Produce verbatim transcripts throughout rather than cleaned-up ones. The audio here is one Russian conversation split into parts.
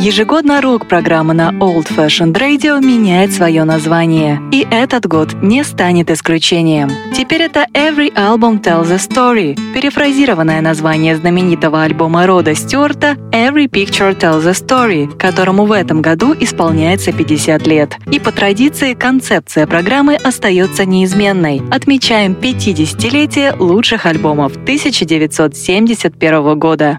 Ежегодно рок-программа на Old Fashioned Radio меняет свое название, и этот год не станет исключением. Теперь это Every Album Tells a Story, перефразированное название знаменитого альбома Рода Стюарта Every Picture Tells a Story, которому в этом году исполняется пятьдесят лет. И по традиции концепция программы остается неизменной. Отмечаем пятидесятилетие лучших альбомов тысяча девятьсот семьдесят первого года.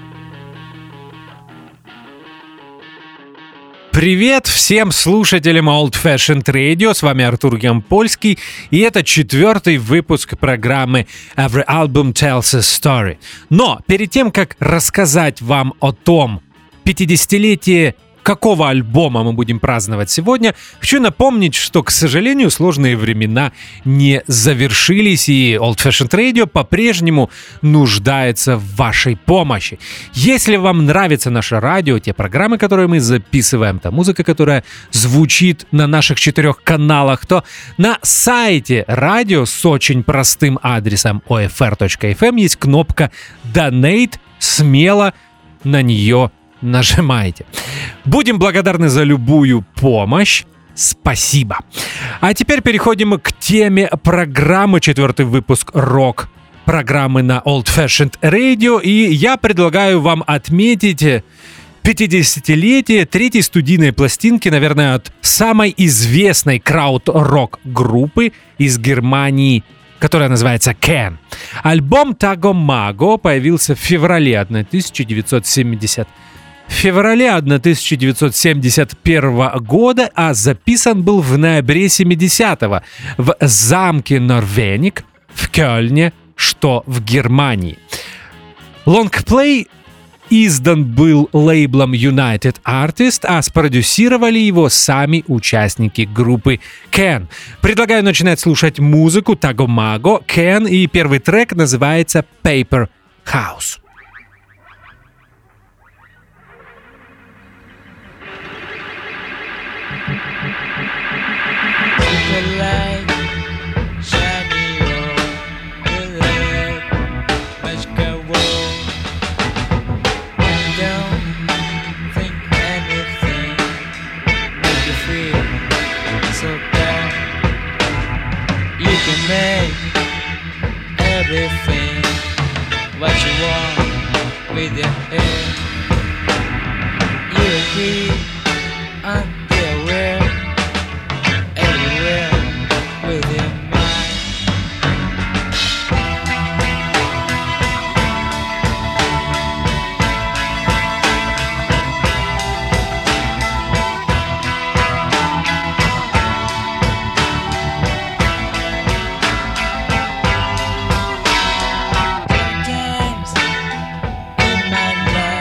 Привет всем слушателям Old Fashioned Radio, с вами Артур Ямпольский, и это четвертый выпуск программы Every Album Tells a Story. Но перед тем, как рассказать вам о том, пятидесятилетие какого альбома мы будем праздновать сегодня, хочу напомнить, что, к сожалению, сложные времена не завершились, и Old Fashioned Radio по-прежнему нуждается в вашей помощи. Если вам нравится наше радио, те программы, которые мы записываем, та музыка, которая звучит на наших четырех каналах, то на сайте радио с очень простым адресом о эф эр точка эф эм есть кнопка «Donate», смело на нее нажимайте. Будем благодарны за любую помощь. Спасибо. А теперь переходим к теме программы. Четвертый выпуск рок-программы на Old Fashioned Radio. И я предлагаю вам отметить пятидесятилетие третьей студийной пластинки, наверное, от самой известной крауд-рок группы из Германии, которая называется Can. Альбом Tago Mago появился в феврале тысяча девятьсот семидесятого В феврале тысяча девятьсот семьдесят первого года, а записан был в ноябре семидесятого в замке Норвеник в Кёльне, что в Германии. Лонгплей издан был лейблом United Artists, а спродюсировали его сами участники группы Can. Предлагаю начинать слушать музыку Tago Mago, Can, и первый трек называется Paper House. Make everything what you want with your head. You'll be underwear everywhere with your mind. Times in my life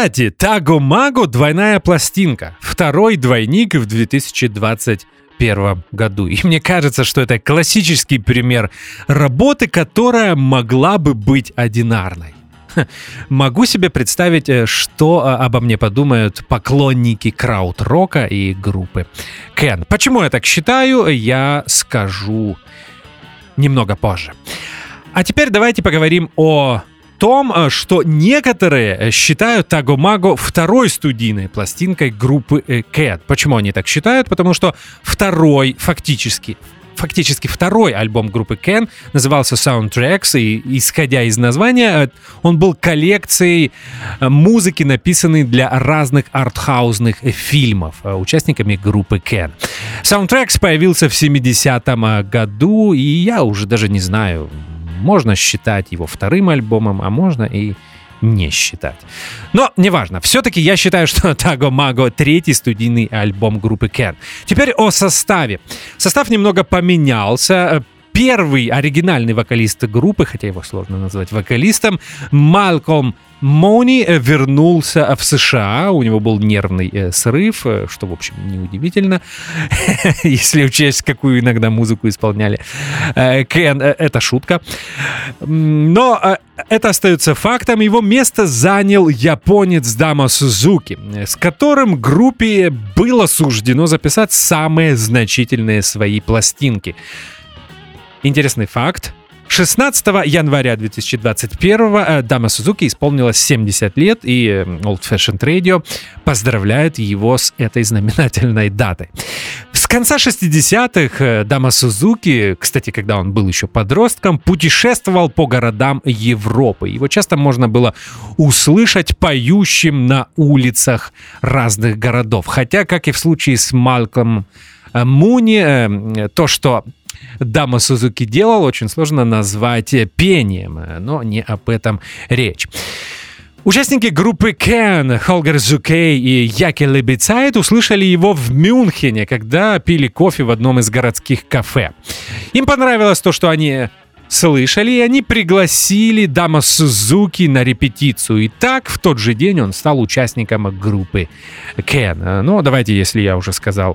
Кстати, Таго Маго двойная пластинка. Второй двойник в две тысячи двадцать первом году. И мне кажется, что это классический пример работы, которая могла бы быть одинарной. Могу себе представить, что обо мне подумают поклонники крауд-рока и группы Кен. Почему я так считаю, я скажу немного позже. А теперь давайте поговорим о том, что некоторые считают Таго Маго второй студийной пластинкой группы Кен. Почему они так считают? Потому что второй, фактически, фактически второй альбом группы Кен назывался Soundtracks, и, исходя из названия, он был коллекцией музыки, написанной для разных артхаусных фильмов участниками группы Кен. Soundtracks появился в семидесятом году, и я уже даже не знаю, можно считать его вторым альбомом, а можно и не считать. Но неважно. Все-таки я считаю, что Таго Маго — третий студийный альбом группы Кен. Теперь о составе. Состав немного поменялся. Первый оригинальный вокалист группы, хотя его сложно назвать вокалистом, Малкольм Мони, вернулся в США. У него был нервный э, срыв, что, в общем, неудивительно, если учесть, какую иногда музыку исполняли э, Кен. Э, это шутка. Но э, это остается фактом. Его место занял японец Дамо Сузуки, с которым группе было суждено записать самые значительные свои пластинки. Интересный факт. шестнадцатого января две тысячи двадцать первого Дамо Сузуки исполнилось семьдесят лет, и Old Fashioned Radio поздравляет его с этой знаменательной датой. С конца шестидесятых Дамо Сузуки, кстати, когда он был еще подростком, путешествовал по городам Европы. Его часто можно было услышать поющим на улицах разных городов. Хотя, как и в случае с Малкольмом Муни, то, что Дамо Сузуки делал, очень сложно назвать пением, но не об этом речь. Участники группы Кен, Холгер Зукей и Яки Лебецайт, услышали его в Мюнхене, когда пили кофе в одном из городских кафе. Им понравилось то, что они слышали, и они пригласили Дамо Сузуки на репетицию. И так, в тот же день он стал участником группы Кен. Ну, давайте, если я уже сказал,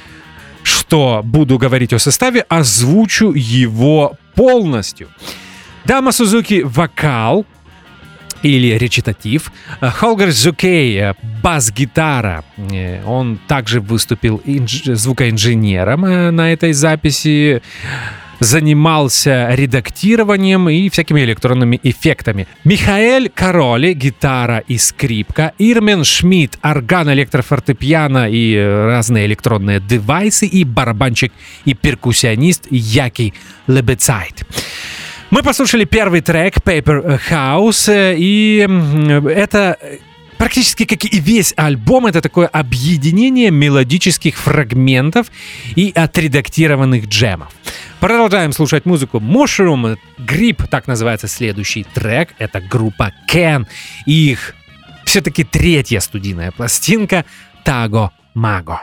что буду говорить о составе, озвучу его полностью. Дамо Сузуки — вокал или речитатив. Холгер Зукей — бас-гитара. Он также выступил инж- звукоинженером на этой записи. Занимался редактированием и всякими электронными эффектами. Михаэль Кароли — гитара и скрипка. Ирмен Шмидт — орган, электрофортепиано и разные электронные девайсы. И барабанщик и перкуссионист Яки Лебецайт. Мы послушали первый трек Paper House, и это практически как и весь альбом, это такое объединение мелодических фрагментов и отредактированных джемов. Продолжаем слушать музыку. Mushroom, Grip, так называется следующий трек. Это группа Кен и их все-таки третья студийная пластинка Таго Маго.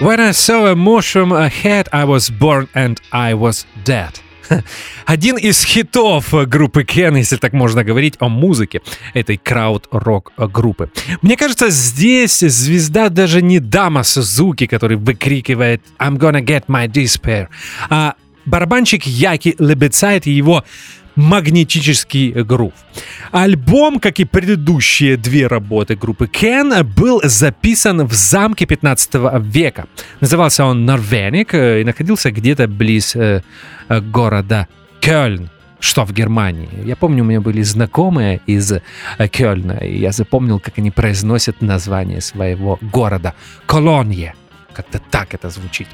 When I saw a mushroom ahead, I was born and I was dead. Один из хитов группы Ken, если так можно говорить о музыке этой крауд-рок группы. Мне кажется, здесь звезда даже не Дама Сузуки, который выкрикивает «I'm gonna get my despair», а барабанщик Яки Лебедсайд и его магнетический грув. Альбом, как и предыдущие две работы группы Ken, был записан в замке пятнадцатого века. Назывался он Норвеник и находился где-то близ э, города Кёльн, что в Германии. Я помню, у меня были знакомые из Кёльна, и я запомнил, как они произносят название своего города. Колонье. Как-то так это звучит.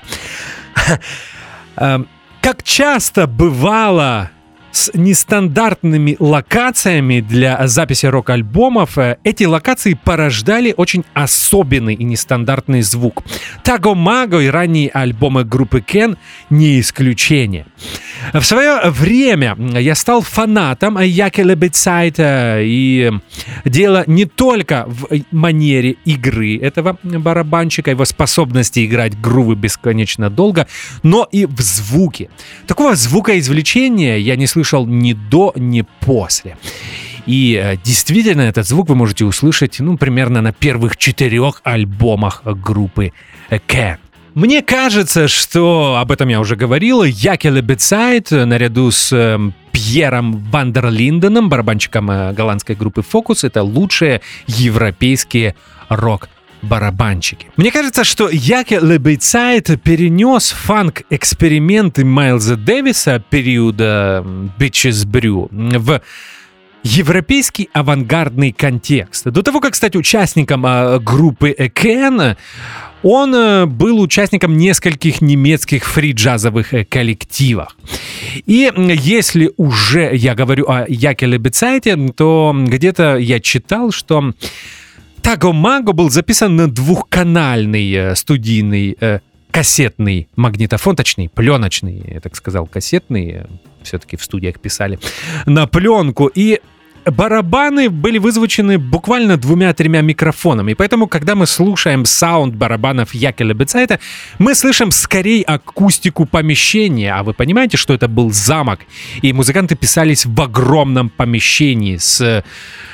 Как часто бывало с нестандартными локациями для записи рок-альбомов, эти локации порождали очень особенный и нестандартный звук. Таго Маго и ранние альбомы группы Ken не исключение. В свое время я стал фанатом Яки Лебедсайда, и дело не только в манере игры этого барабанщика, его способности играть грувы бесконечно долго, но и в звуке. Такого звукоизвлечения я не слышал ни до, ни после. И э, действительно, этот звук вы можете услышать, ну, примерно на первых четырех альбомах группы Ken. Мне кажется, что, об этом я уже говорил, Яки Лебедсайд наряду с э, Пьером Вандерлинденом, барабанщиком э, голландской группы Focus, это лучшие европейские рок барабанщики. Мне кажется, что Яки Лебедсайд перенес фанк-эксперименты Майлза Дэвиса периода Bitches Brew в европейский авангардный контекст. До того, как стать участником э, группы Ken, он э, был участником нескольких немецких фри-джазовых э, коллективов. И если уже я говорю о Яки Лебедсайде, то где-то я читал, что Таго Маго был записан на двухканальный э, студийный э, кассетный магнитофон, точнее пленочный, я так сказал, кассетный, э, все-таки в студиях писали, на пленку. И барабаны были вызвучены буквально двумя-тремя микрофонами. И поэтому, когда мы слушаем саунд барабанов Яки Лебедсайда, мы слышим скорее акустику помещения. А вы понимаете, что это был замок, и музыканты писались в огромном помещении с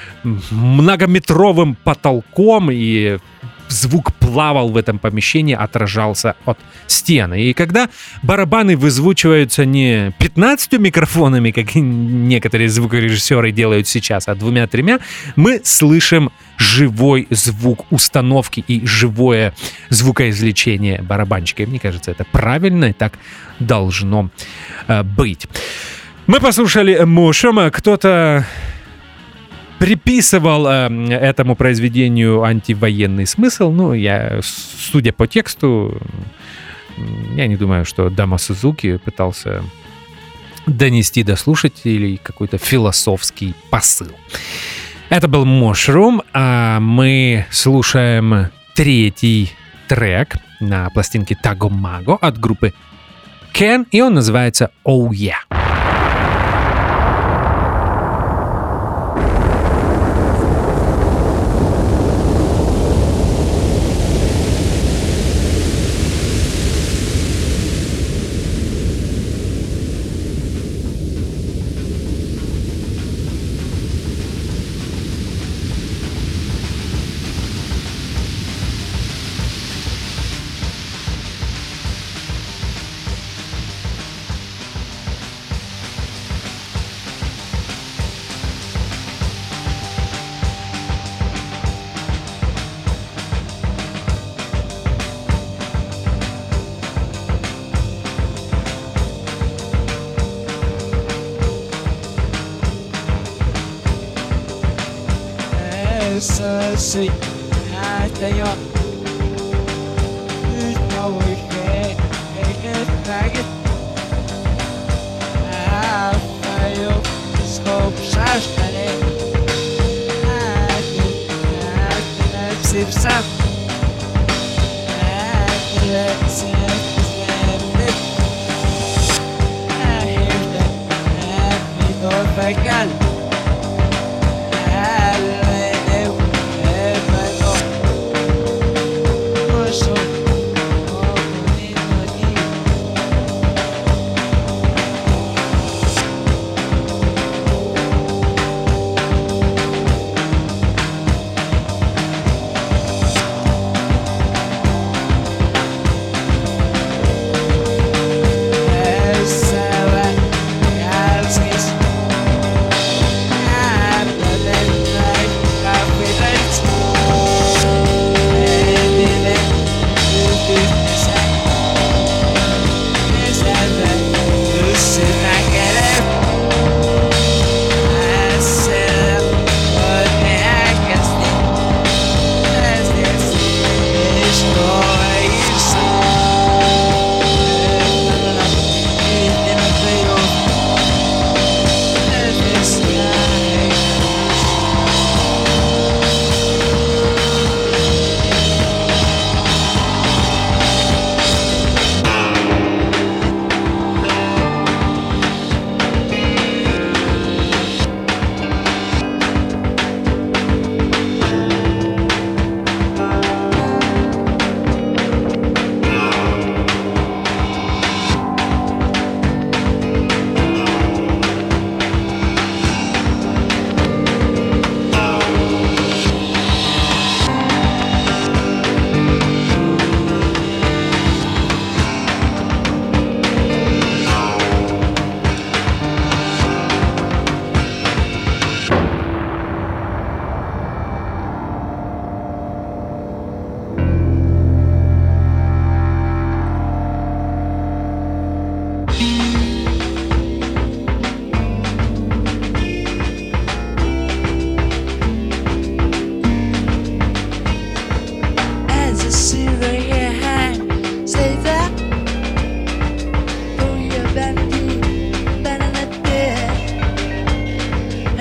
многометровым потолком, и звук плавал в этом помещении, отражался от стены. И когда барабаны вызвучиваются не пятнадцатью микрофонами, как некоторые звукорежиссеры делают сейчас, а двумя-тремя, мы слышим живой звук установки и живое звукоизвлечение барабанщика. И мне кажется, это правильно, и так должно э, быть. Мы послушали Mushroom, кто-то приписывал э, этому произведению антивоенный смысл. Ну, я, судя по тексту, я не думаю, что Дама Сузуки пытался донести до слушателей какой-то философский посыл. Это был Mushroom, а мы слушаем третий трек на пластинке Tago Mago от группы Ken, и он называется «Oh Yeah». See, I tell you, you know we can't make it back it. I feel so sad. I can't see some. I can't see it. I hear that. I go back on. So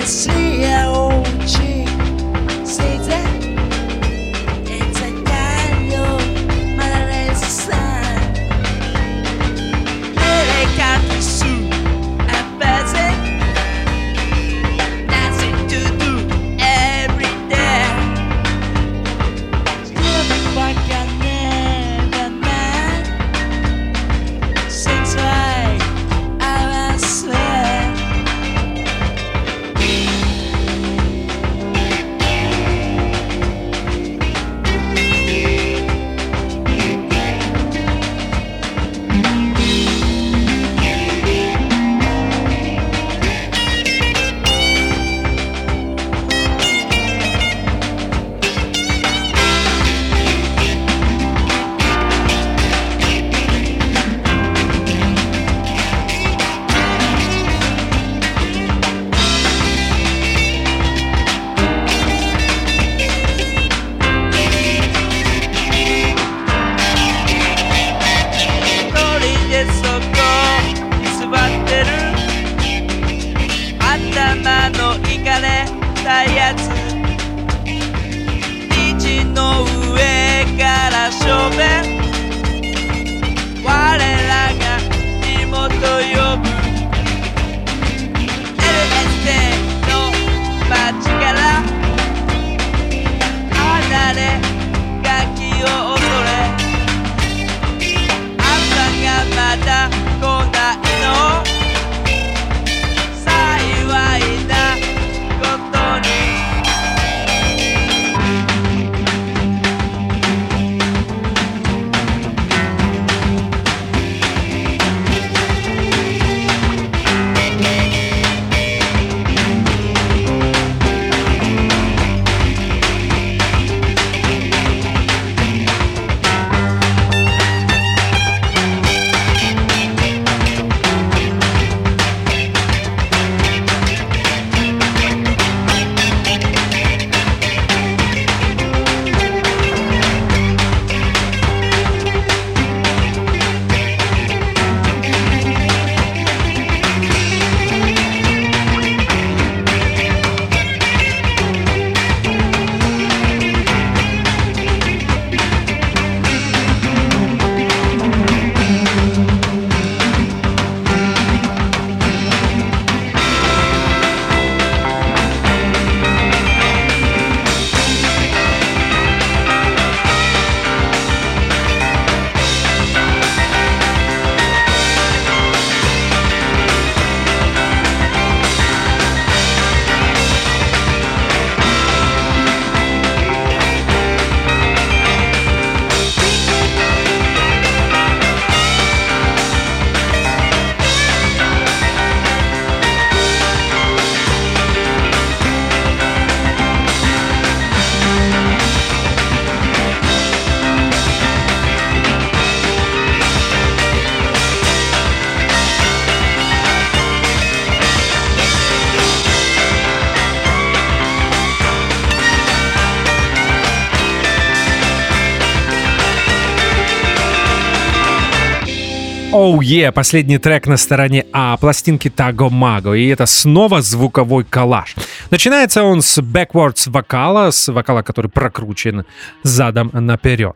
Oh yeah, последний трек на стороне А пластинки Tago Mago, и это снова звуковой коллаж. Начинается он с backwards вокала, с вокала, который прокручен задом наперед.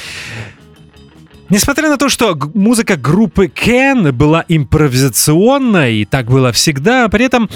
Несмотря на то, что музыка группы Can была импровизационной, и так было всегда, при этом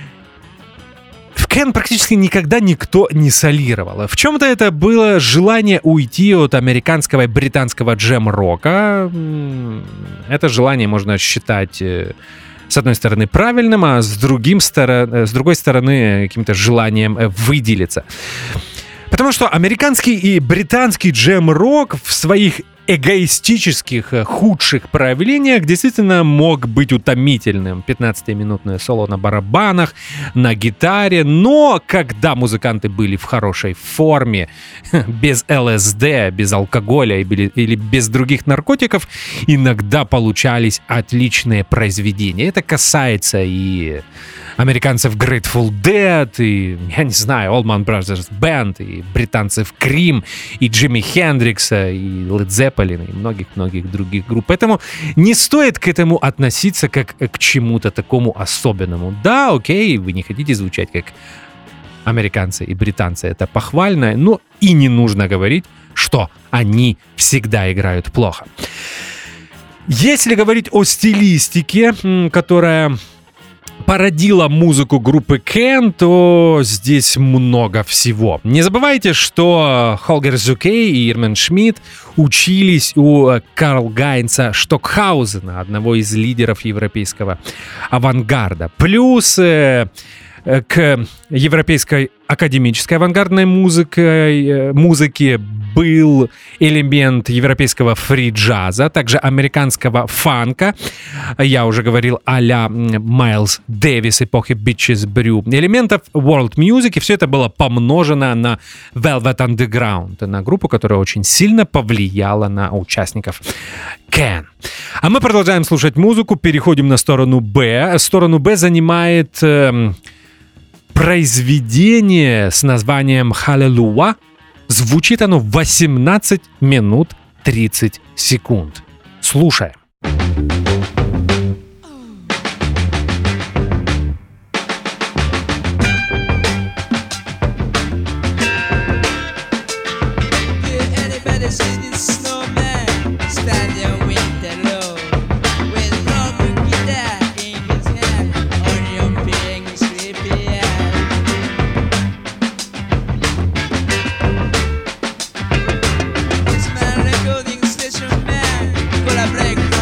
в Can практически никогда никто не солировал. В чем-то это было желание уйти от американского и британского джем-рока. Это желание можно считать, с одной стороны, правильным, а с, другим стор... с другой стороны, каким-то желанием выделиться. Потому что американский и британский джем-рок в своих эгоистических, худших проявлениях действительно мог быть утомительным. пятнадцатиминутное соло на барабанах, на гитаре. Но когда музыканты были в хорошей форме, без ЛСД, без алкоголя или без других наркотиков, иногда получались отличные произведения. Это касается и американцев Grateful Dead, и, я не знаю, Allman Brothers Band, и британцев Cream, и Джимми Хендрикса, и Led Zeppelin, и многих-многих других групп. Поэтому не стоит к этому относиться как к чему-то такому особенному. Да, окей, вы не хотите звучать как американцы и британцы, это похвально, но и не нужно говорить, что они всегда играют плохо. Если говорить о стилистике, которая породила музыку группы Кен, то здесь много всего. Не забывайте, что Холгер Зюкей и Ирмен Шмидт учились у Карл Гайнца Штокхаузена, одного из лидеров европейского авангарда. Плюс э, к европейской академической авангардной музыке, музыке был элемент европейского фри-джаза, также американского фанка. Я уже говорил а-ля Майлз Дэвис эпохи Bitches Brew. Элементов world music, и все это было помножено на Velvet Underground, на группу, которая очень сильно повлияла на участников Кен. А мы продолжаем слушать музыку, переходим на сторону Б. Сторону Б занимает э, произведение с названием «Hallelujah». Звучит оно восемнадцать минут тридцать секунд. Слушаем. Break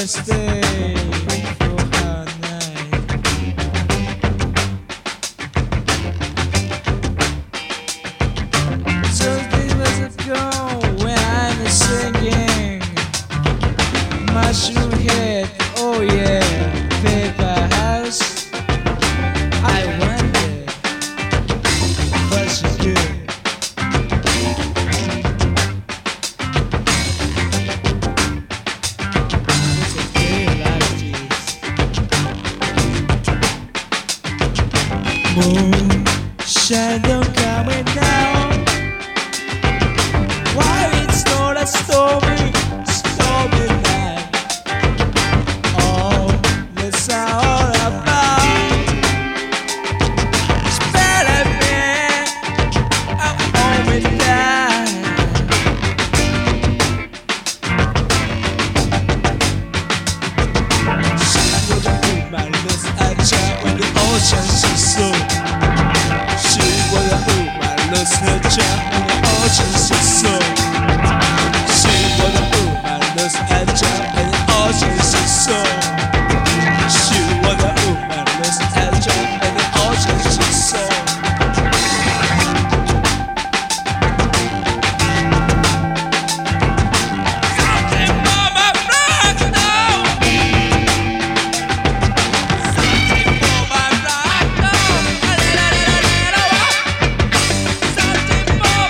stay for her night. So years ago when I was singing Mushroom Head, oh yeah, paper house. I wondered what she did. It's a day like this. Moon shadow coming down. Why it's not a stormy, stormy night? Oh, that's all about. Spell me, I'm home with that. She would put my lips at chat when the ocean she saw. She would put my lips at chat when the ocean she saw. She would put my lips at chat when the ocean she saw. She would put my lips at chat when the ocean she saw. Something for my blood now. Something for my blood now. Something for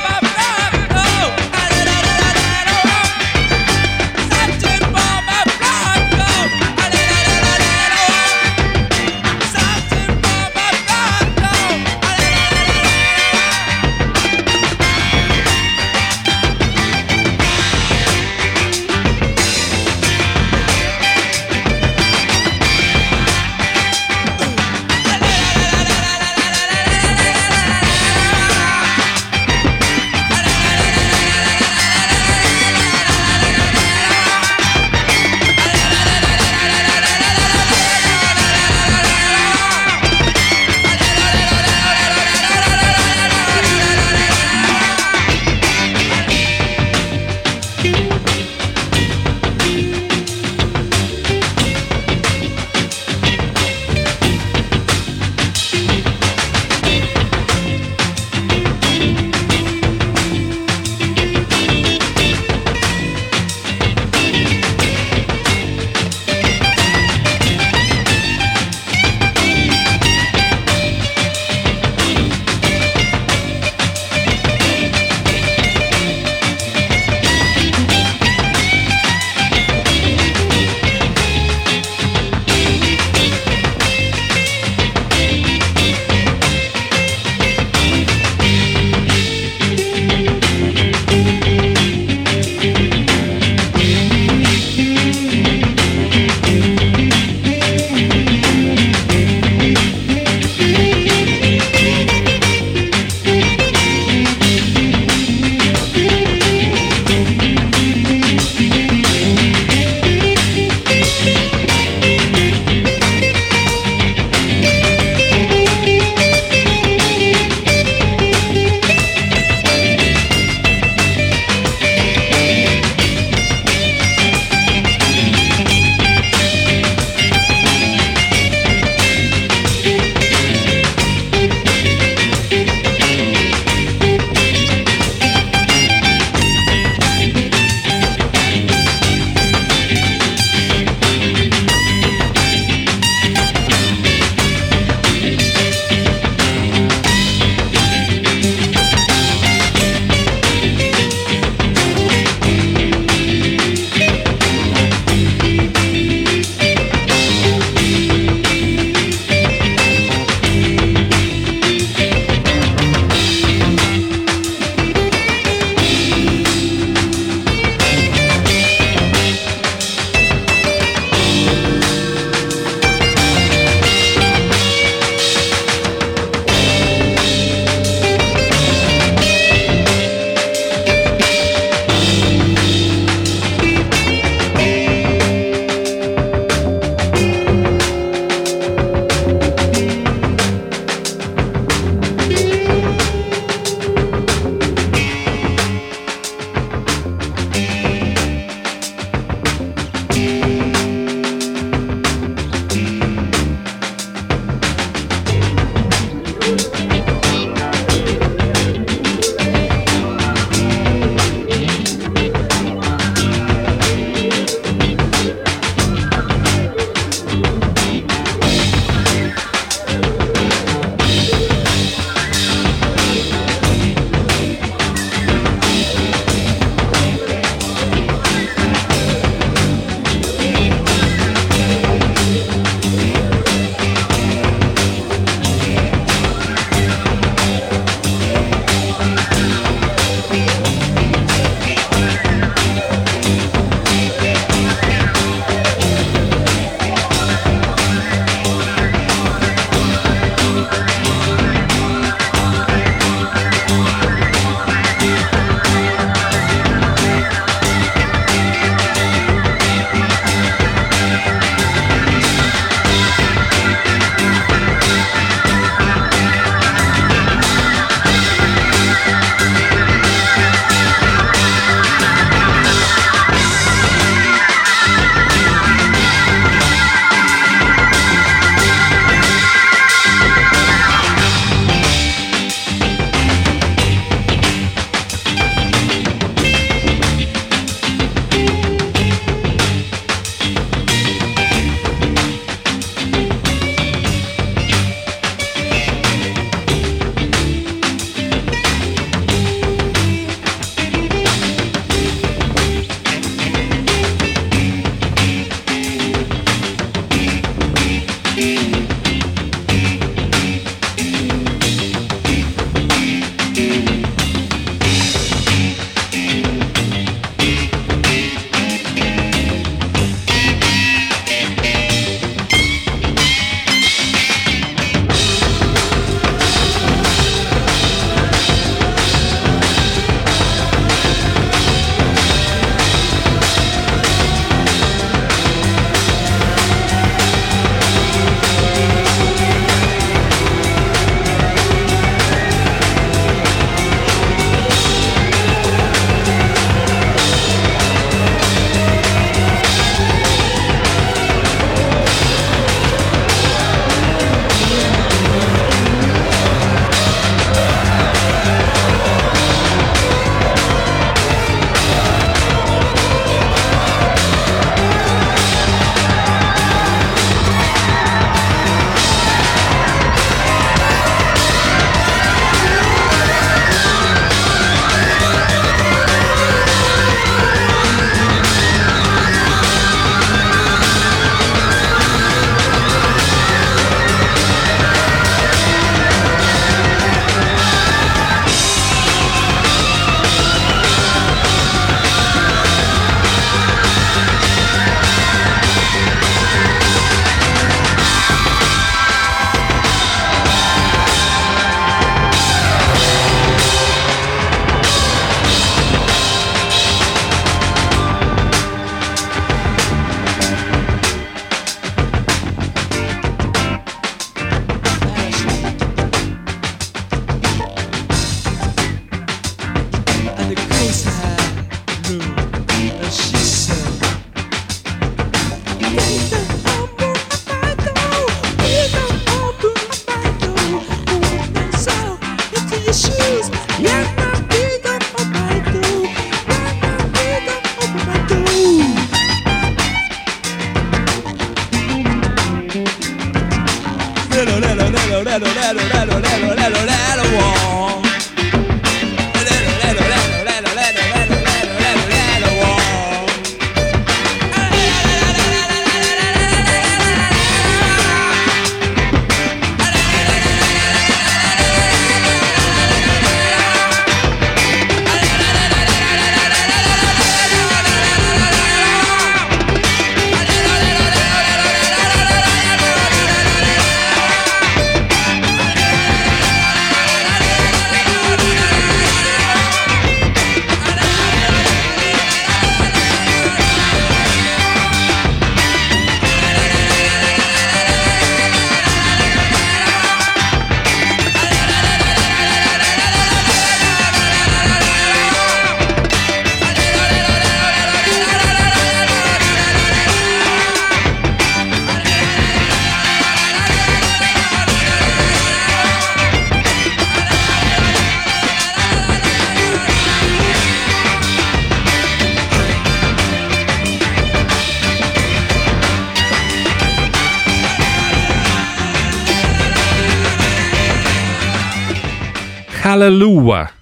Hallelujah.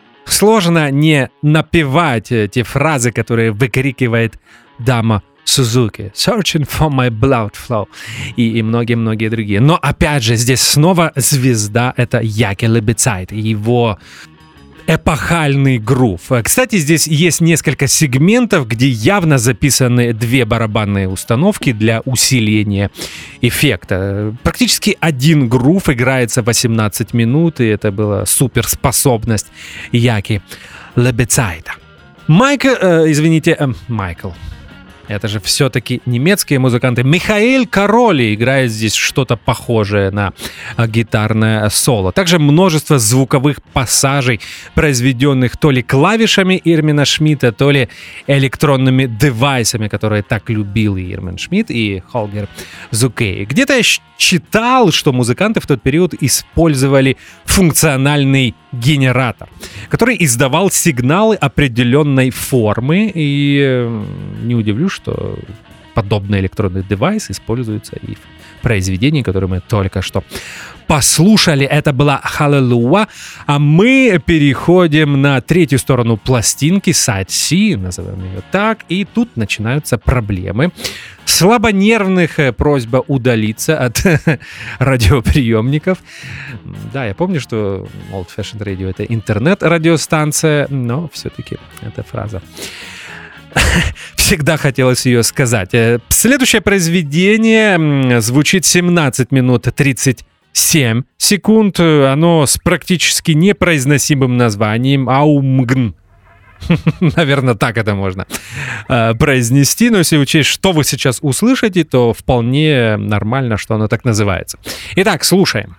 Сложно не напевать те фразы, которые выкрикивает дама Сузуки. Searching for my blood flow. И, и многие-многие другие. Но опять же, здесь снова звезда — это Яки Лебецайт. Его эпохальный грув. Кстати, здесь есть несколько сегментов, где явно записаны две барабанные установки для усиления эффекта. Практически один грув играется восемнадцать минут, и это была суперспособность Яки Лебецайта. Майк, э, извините, э, Майкл. Это же все-таки немецкие музыканты. Михаил Короли играет здесь что-то похожее на гитарное соло. Также множество звуковых пассажей, произведенных то ли клавишами Ирмина Шмидта, то ли электронными девайсами, которые так любил и Ирмин Шмидт, и Холгер Зукей. Где-то я читал, что музыканты в тот период использовали функциональный генератор, который издавал сигналы определенной формы, и не удивлюсь, что подобный электронный девайс используется и в произведении, которое мы только что послушали. Это была Hallelujah, а мы переходим на третью сторону пластинки, Side C, назовем ее так, и тут начинаются проблемы. Слабонервных просьба удалиться от радиоприемников. Да, я помню, что Old Fashioned Radio — это интернет-радиостанция, но все-таки эта фраза всегда хотелось ее сказать. Следующее произведение звучит семнадцать минут тридцать семь секунд. Оно с практически непроизносимым названием «Аумгн». Наверное, так это можно э, произнести, но если учесть, что вы сейчас услышите, то вполне нормально, что оно так называется. Итак, слушаем.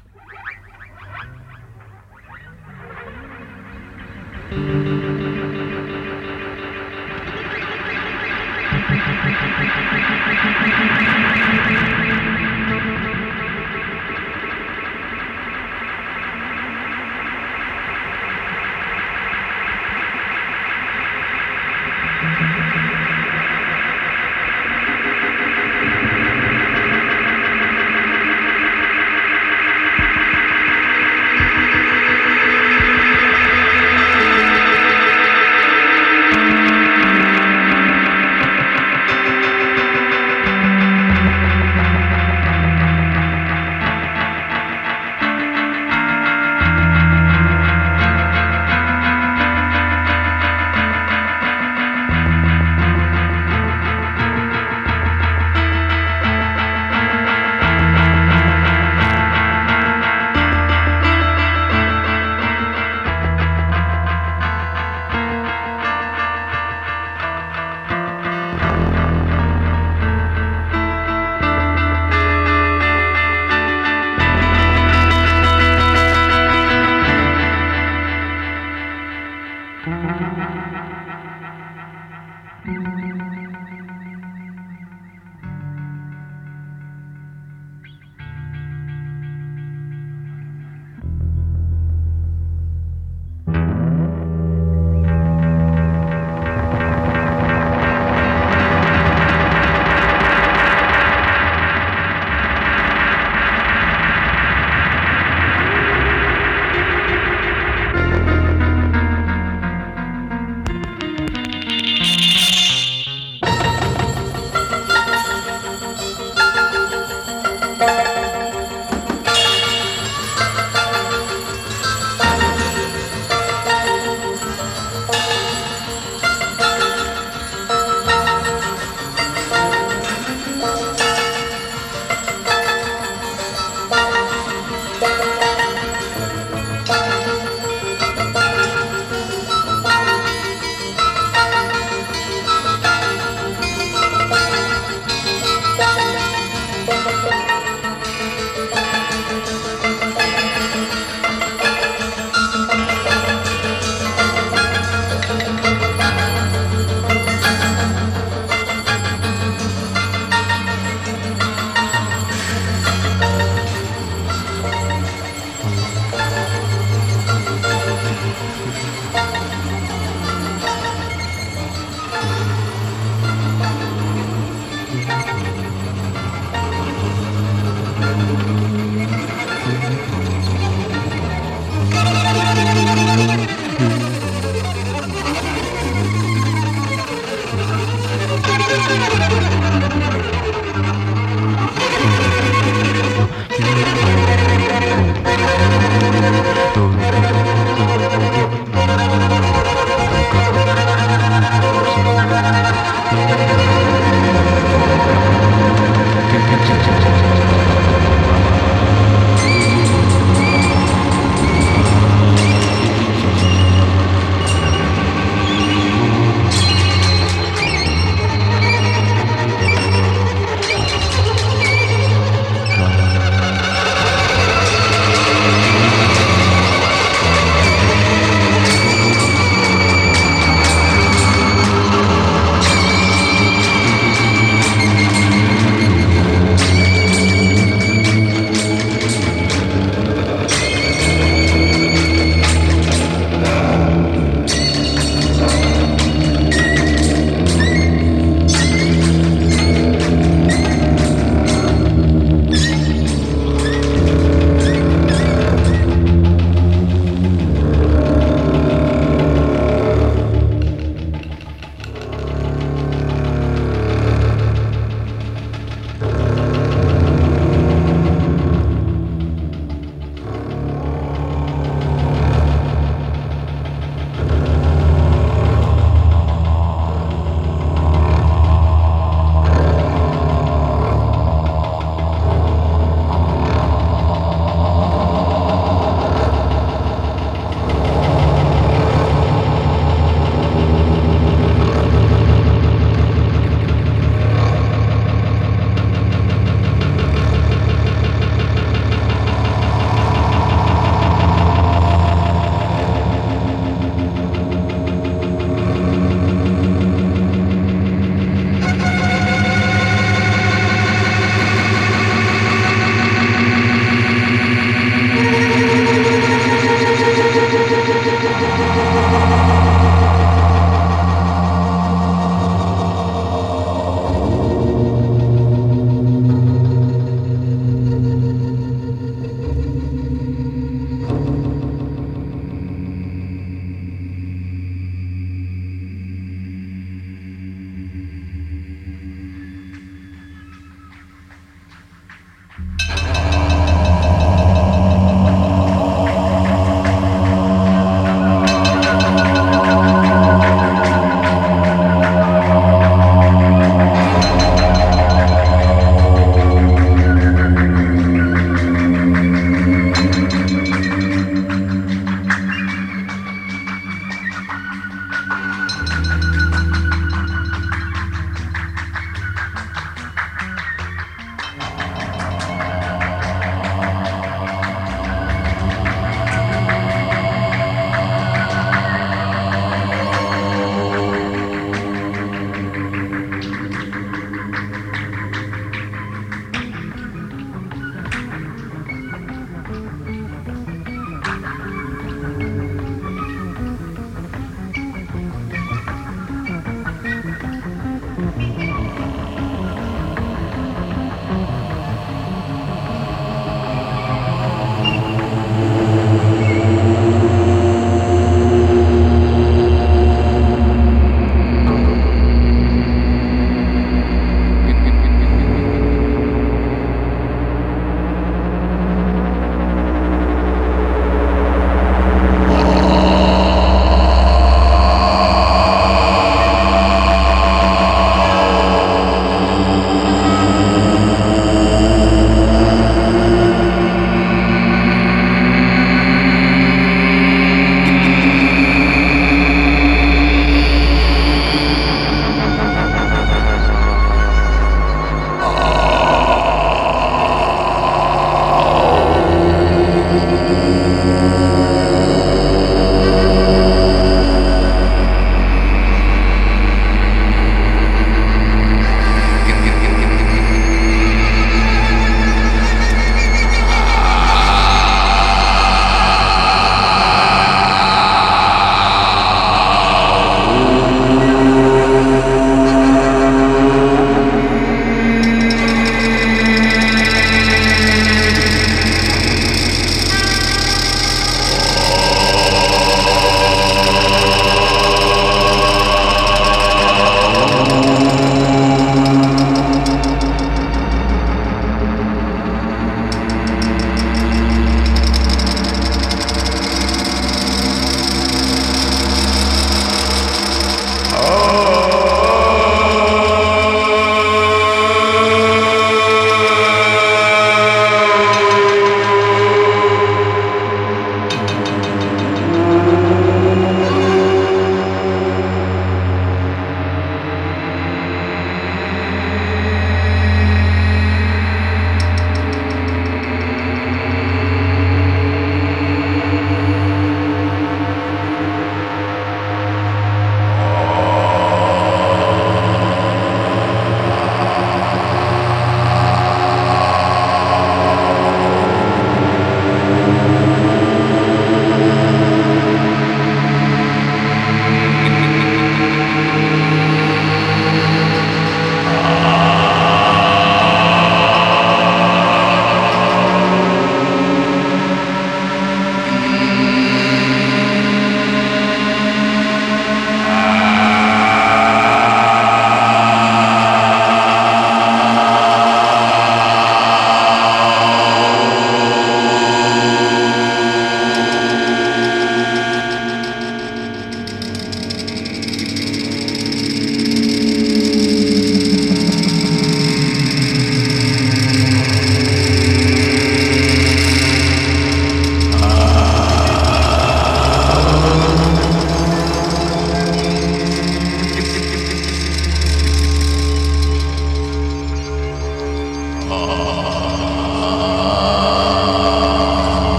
Thank you.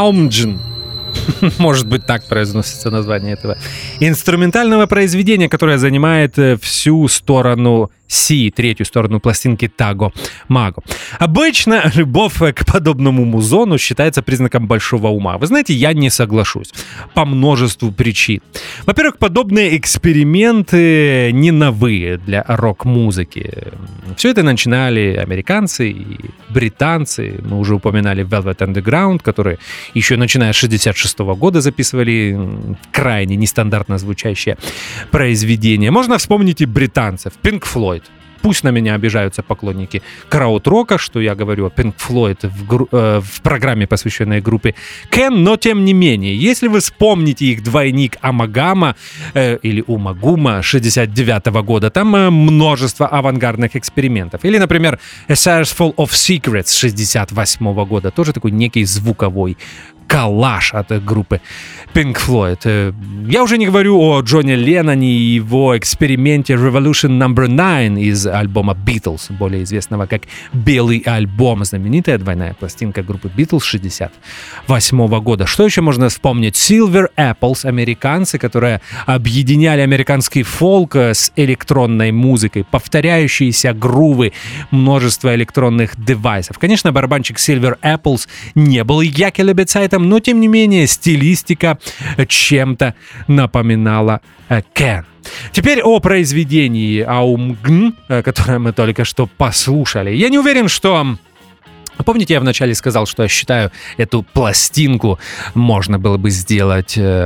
Traumgen. Может быть, так произносится название этого инструментального произведения, которое занимает всю сторону Си, третью сторону пластинки Таго Маго. Обычно любовь к подобному музону считается признаком большого ума. Вы знаете, я не соглашусь. По множеству причин. Во-первых, подобные эксперименты не новые для рок-музыки. Все это начинали американцы и британцы. Мы уже упоминали Velvet Underground, которые еще начиная с шестьдесят шестого года записывали крайне нестандартно звучащее произведение. Можно вспомнить и британцев. Pink Floyd. Пусть на меня обижаются поклонники краудрока, что я говорю о Pink Floyd в, гру- э, в программе, посвященной группе Кен, но тем не менее, если вы вспомните их двойник Амагама э, или Умагума шестьдесят девятого года, там э, множество авангардных экспериментов. Или, например, A Search Full of Secrets шестьдесят восьмого года, тоже такой некий звуковой коллаж от группы Pink Floyd. Я уже не говорю о Джоне Ленноне и его эксперименте Revolution номер девять из альбома Beatles, более известного как «Белый альбом», знаменитая двойная пластинка группы Beatles шестьдесят восьмого года. Что еще можно вспомнить? Silver Apples, американцы, которые объединяли американский фолк с электронной музыкой, повторяющиеся грувы, множество электронных девайсов. Конечно, барабанщик Silver Apples не был Якелебецайтом, но, тем не менее, стилистика чем-то напоминала Кен. Теперь о произведении Аумгн, которое мы только что послушали. Я не уверен, что... Помните, я вначале сказал, что я считаю, эту пластинку можно было бы сделать э,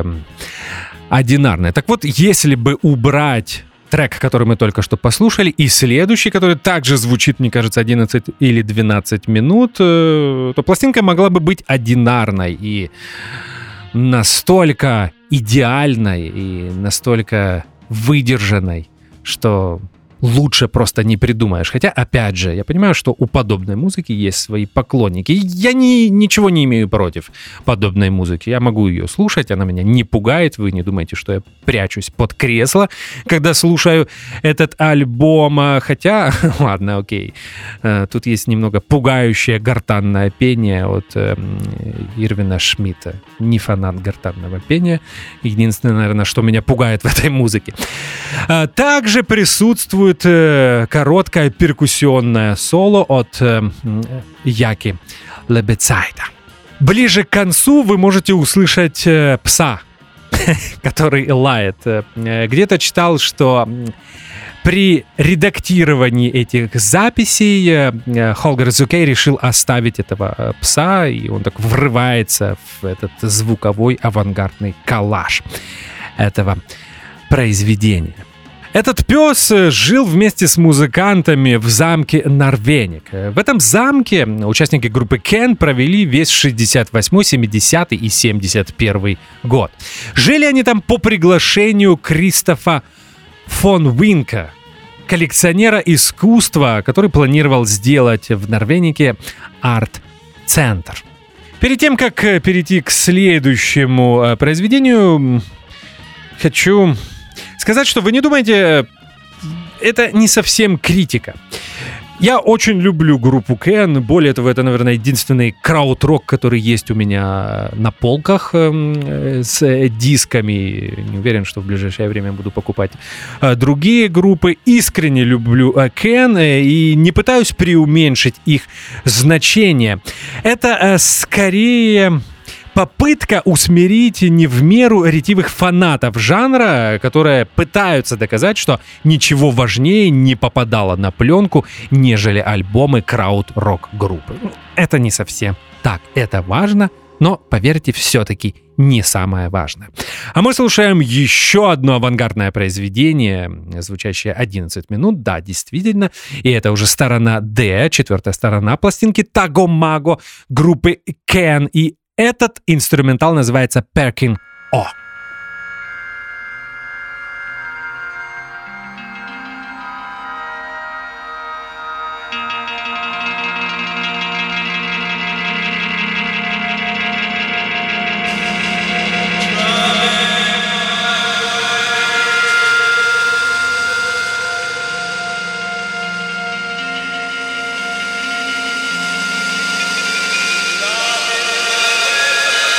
одинарной. Так вот, если бы убрать трек, который мы только что послушали, и следующий, который также звучит, мне кажется, одиннадцать или двенадцать минут, то пластинка могла бы быть одинарной и настолько идеальной, и настолько выдержанной, что лучше просто не придумаешь. Хотя, опять же, я понимаю, что у подобной музыки есть свои поклонники. Я не, ничего не имею против подобной музыки. Я могу ее слушать, она меня не пугает. Вы не думаете, что я прячусь под кресло, когда слушаю этот альбом. Хотя, ладно, окей. Тут есть немного пугающее гортанное пение от Ирвина Шмидта. Не фанат гортанного пения. Единственное, наверное, что меня пугает в этой музыке. Также присутствует короткое перкуссионное соло от Яки Лебецайта. Ближе к концу вы можете услышать пса, который лает. Где-то читал, что при редактировании этих записей Холгер Зукей решил оставить этого пса, и он так врывается в этот звуковой авангардный коллаж этого произведения. Этот пес жил вместе с музыкантами в замке Нарвеник. В этом замке участники группы Кен провели весь шестьдесят восьмой, семидесятый и семьдесят первый год. Жили они там по приглашению Кристофа фон Винка, коллекционера искусства, который планировал сделать в Нарвенике арт-центр. Перед тем, как перейти к следующему произведению, хочу сказать, что вы не думайте, это не совсем критика. Я очень люблю группу Кен. Более того, это, наверное, единственный крауд-рок, который есть у меня на полках э, с дисками. Не уверен, что в ближайшее время буду покупать э, другие группы. Искренне люблю э, Кен э, и не пытаюсь преуменьшить их значение. Это э, скорее попытка усмирить не в меру ретивых фанатов жанра, которые пытаются доказать, что ничего важнее не попадало на пленку, нежели альбомы крауд-рок группы. Это не совсем так. Это важно, но, поверьте, все-таки не самое важное. А мы слушаем еще одно авангардное произведение, звучащее одиннадцать минут. Да, действительно. И это уже сторона D, четвертая сторона пластинки Таго Маго группы Кен. И этот инструментал называется Perkin O. Love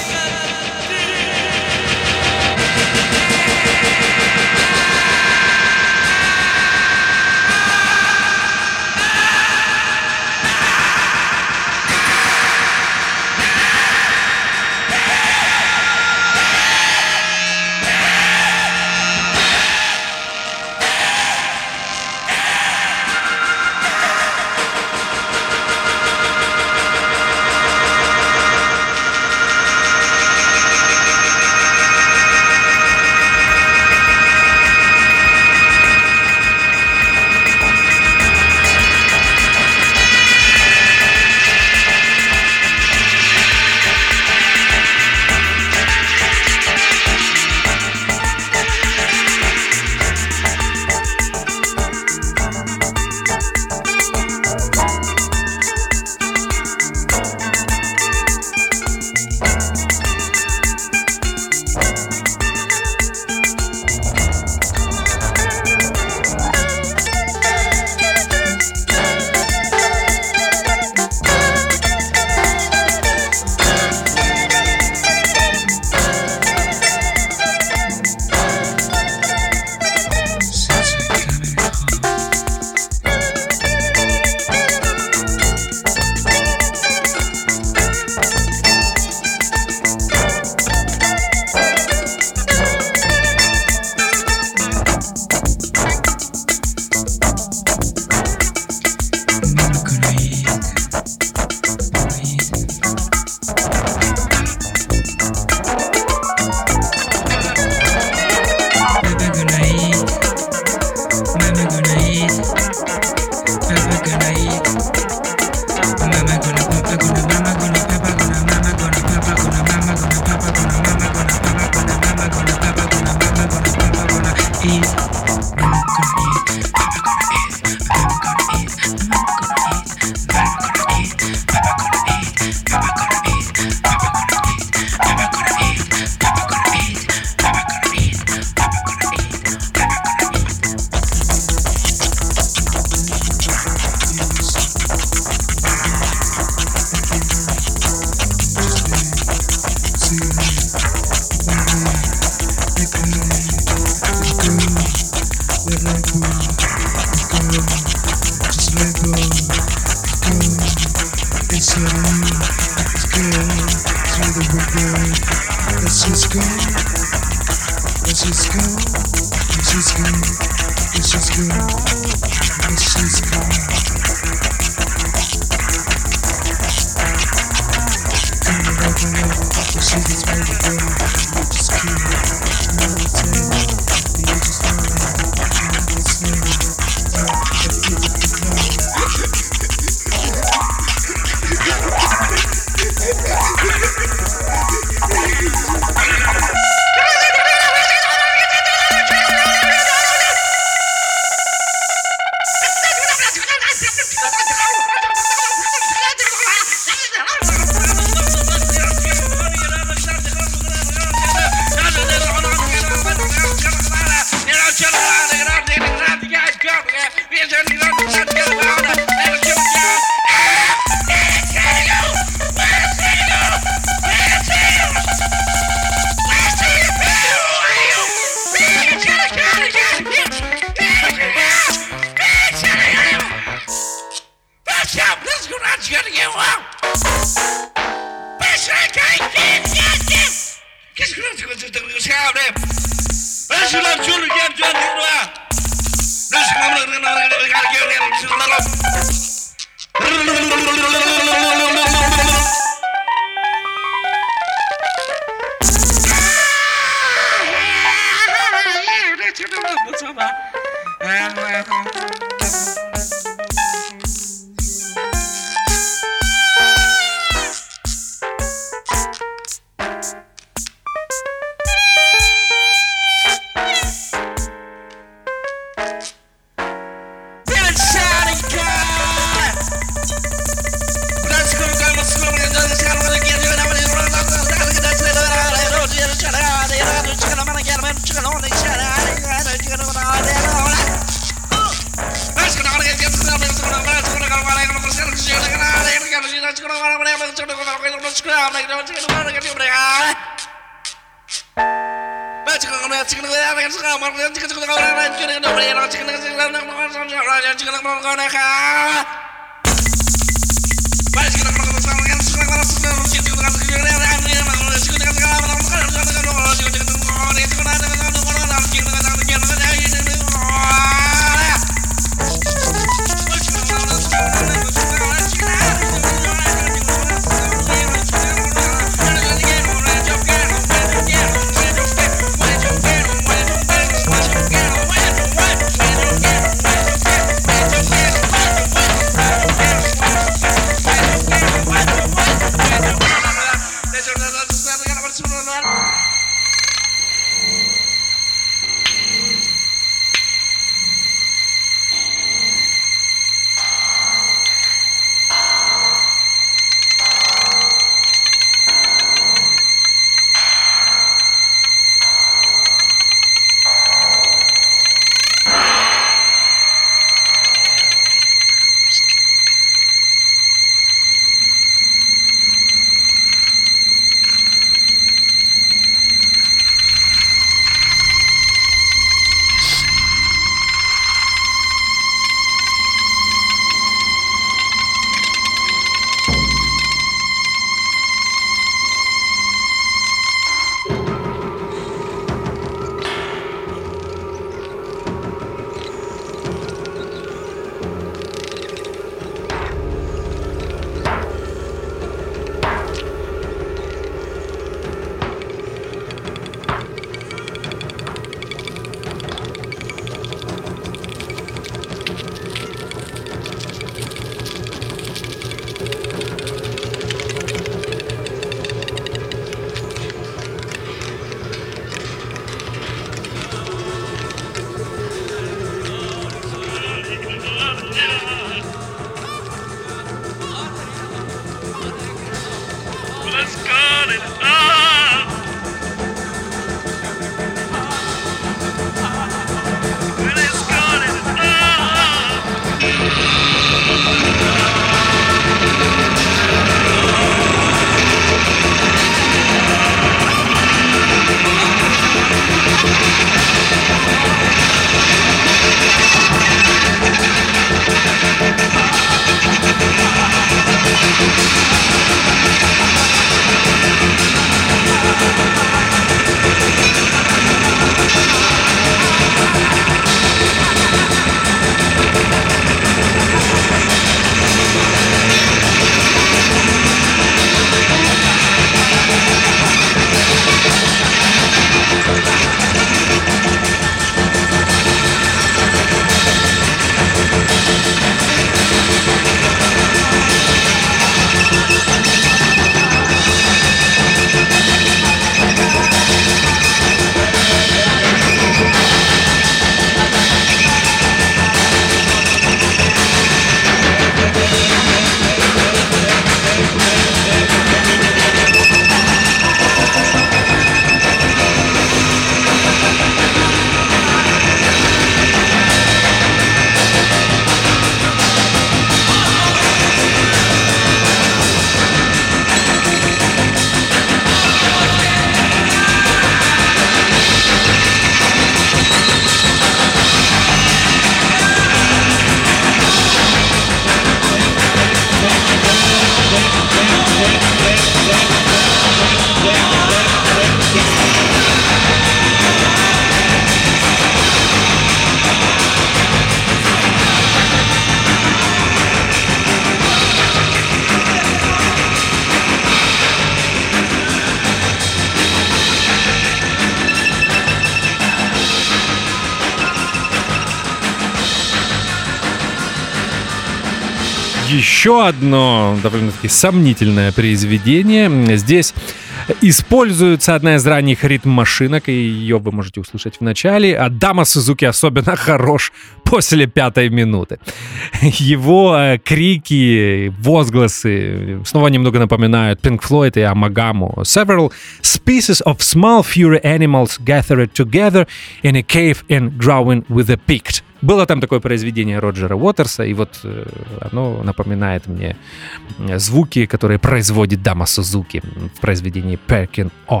еще одно довольно-таки сомнительное произведение. Здесь используется одна из ранних ритм-машинок, и ее вы можете услышать в начале. А Дама Сузуки особенно хорош после пятой минуты. Его э, крики, возгласы снова немного напоминают Pink Floyd и Амагаму. Several species of small furry animals gathered together in a cave and growling with a pict. Было там такое произведение Роджера Уотерса, и вот э, оно напоминает мне звуки, которые производит Дама Сузуки в произведении Perkin O.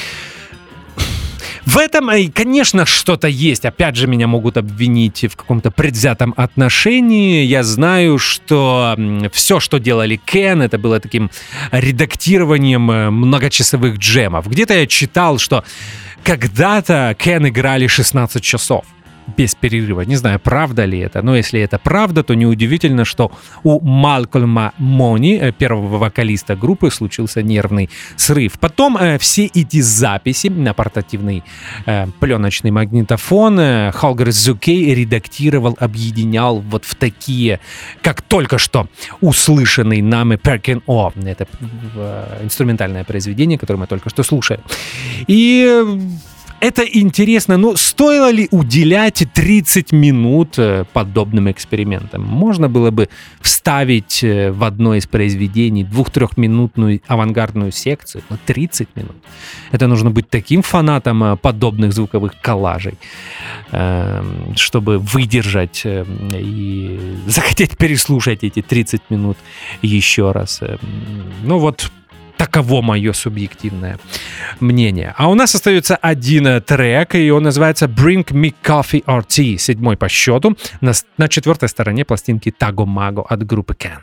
В этом, конечно, что-то есть. Опять же, меня могут обвинить в каком-то предвзятом отношении. Я знаю, что все, что делали Кен, это было таким редактированием многочасовых джемов. Где-то я читал, что когда-то Кен играли шестнадцать часов. Без перерыва. Не знаю, правда ли это, но если это правда, то неудивительно, что у Малкольма Мони, первого вокалиста группы, случился нервный срыв. Потом э, все эти записи на портативный э, пленочный магнитофон э, Холгер Зукей редактировал, объединял вот в такие, как только что услышанный нами Perkin O. Это э, инструментальное произведение, которое мы только что слушали. И это интересно, но стоило ли уделять тридцать минут подобным экспериментам? Можно было бы вставить в одно из произведений двух-трехминутную авангардную секцию, но тридцать минут. Это нужно быть таким фанатом подобных звуковых коллажей, чтобы выдержать и захотеть переслушать эти тридцать минут еще раз. Ну вот, таково мое субъективное мнение. А у нас остается один трек, и он называется Bring Me Coffee or Tea, седьмой по счету, на, на четвертой стороне пластинки Tago Mago от группы Кен.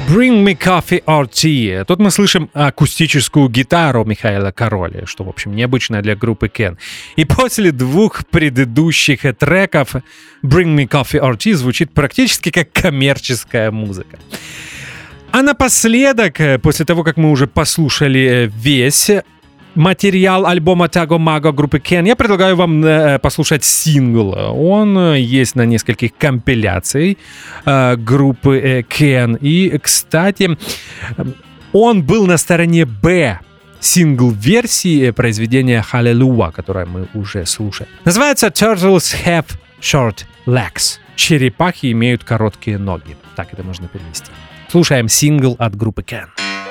Bring Me Coffee or Tea. Тут мы слышим акустическую гитару Михаила Короля, что, в общем, необычно для группы Кен. И после двух предыдущих треков Bring Me Coffee or Tea звучит практически как коммерческая музыка. А напоследок, после того, как мы уже послушали весь материал альбома Tago Mago группы Ken, я предлагаю вам э, послушать сингл. Он э, есть на нескольких компиляциях э, группы э, Ken. И, кстати, он был на стороне Б сингл-версии произведения Hallelujah, которое мы уже слушали. Называется Turtles Have Short Legs. Черепахи имеют короткие ноги. Так это можно перевести. Слушаем сингл от группы Ken.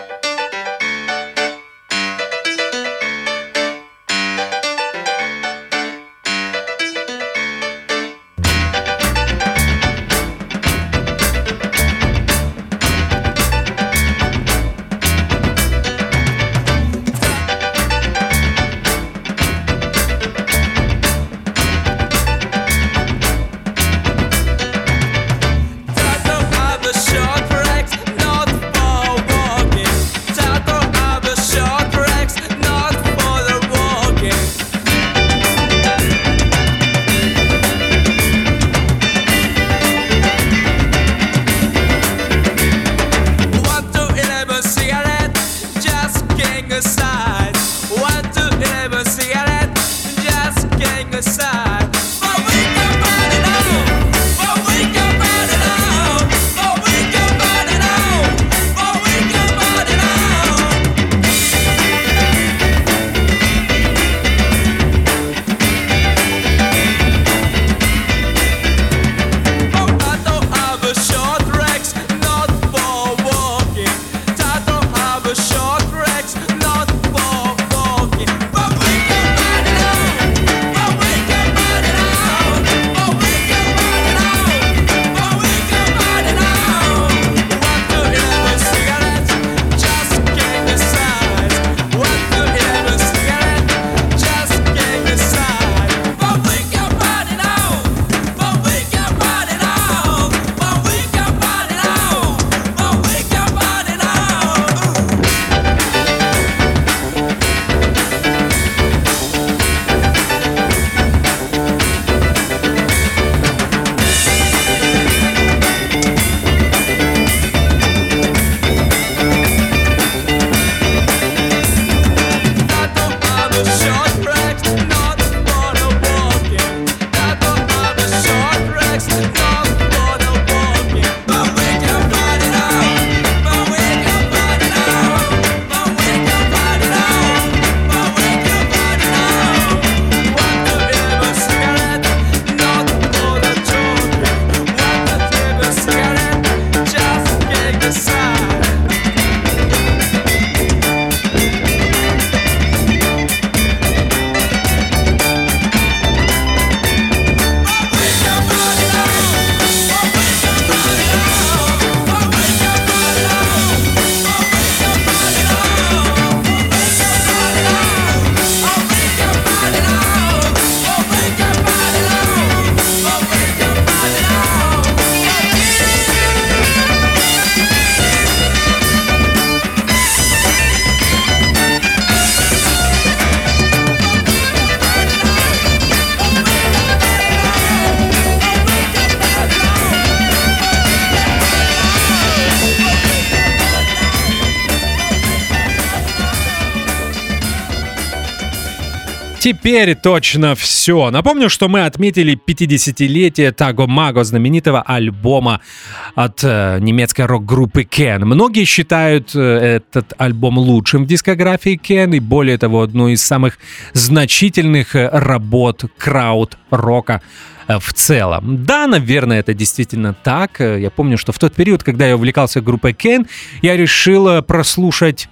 Теперь точно все. Напомню, что мы отметили пятидесятилетие Tago Mago, знаменитого альбома от э, немецкой рок-группы Ken. Многие считают э, этот альбом лучшим в дискографии Ken и, более того, одной из самых значительных работ крауд-рока в целом. Да, наверное, это действительно так. Я помню, что в тот период, когда я увлекался группой Ken, я решил прослушать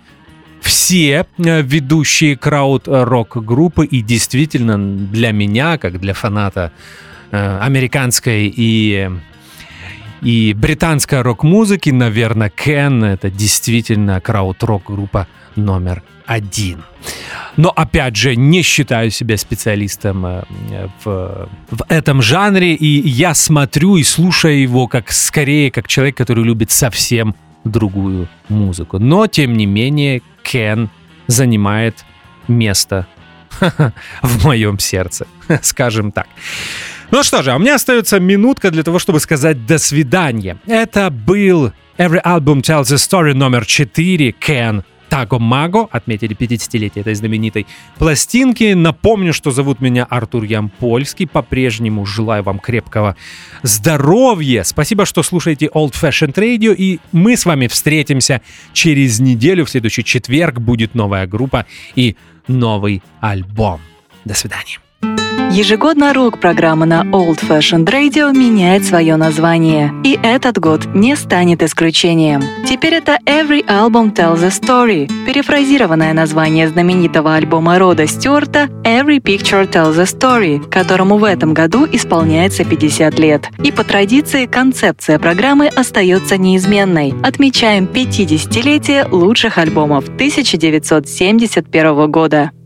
все ведущие крауд-рок-группы, и действительно для меня, как для фаната э, американской и, и британской рок-музыки, наверное, Ken — это действительно крауд-рок-группа номер один. Но, опять же, не считаю себя специалистом в, в этом жанре, и я смотрю и слушаю его как скорее как человек, который любит совсем другую музыку. Но, тем не менее, Кен занимает место в моем сердце, скажем так. Ну что же, а у меня остается минутка для того, чтобы сказать до свидания. Это был Every Album Tells a Story номер четыре, Кен Таго Маго, отметили пятидесятилетие этой знаменитой пластинки. Напомню, что зовут меня Артур Ямпольский. По-прежнему желаю вам крепкого здоровья. Спасибо, что слушаете Old Fashioned Radio. И мы с вами встретимся через неделю. В следующий четверг будет новая группа и новый альбом. До свидания. Ежегодно рок-программа на Old Fashioned Radio меняет свое название, и этот год не станет исключением. Теперь это Every Album Tells a Story, перефразированное название знаменитого альбома Рода Стюарта Every Picture Tells a Story, которому в этом году исполняется пятьдесят лет. И по традиции концепция программы остается неизменной. Отмечаем пятидесятилетие лучших альбомов тысяча девятьсот семьдесят первого года.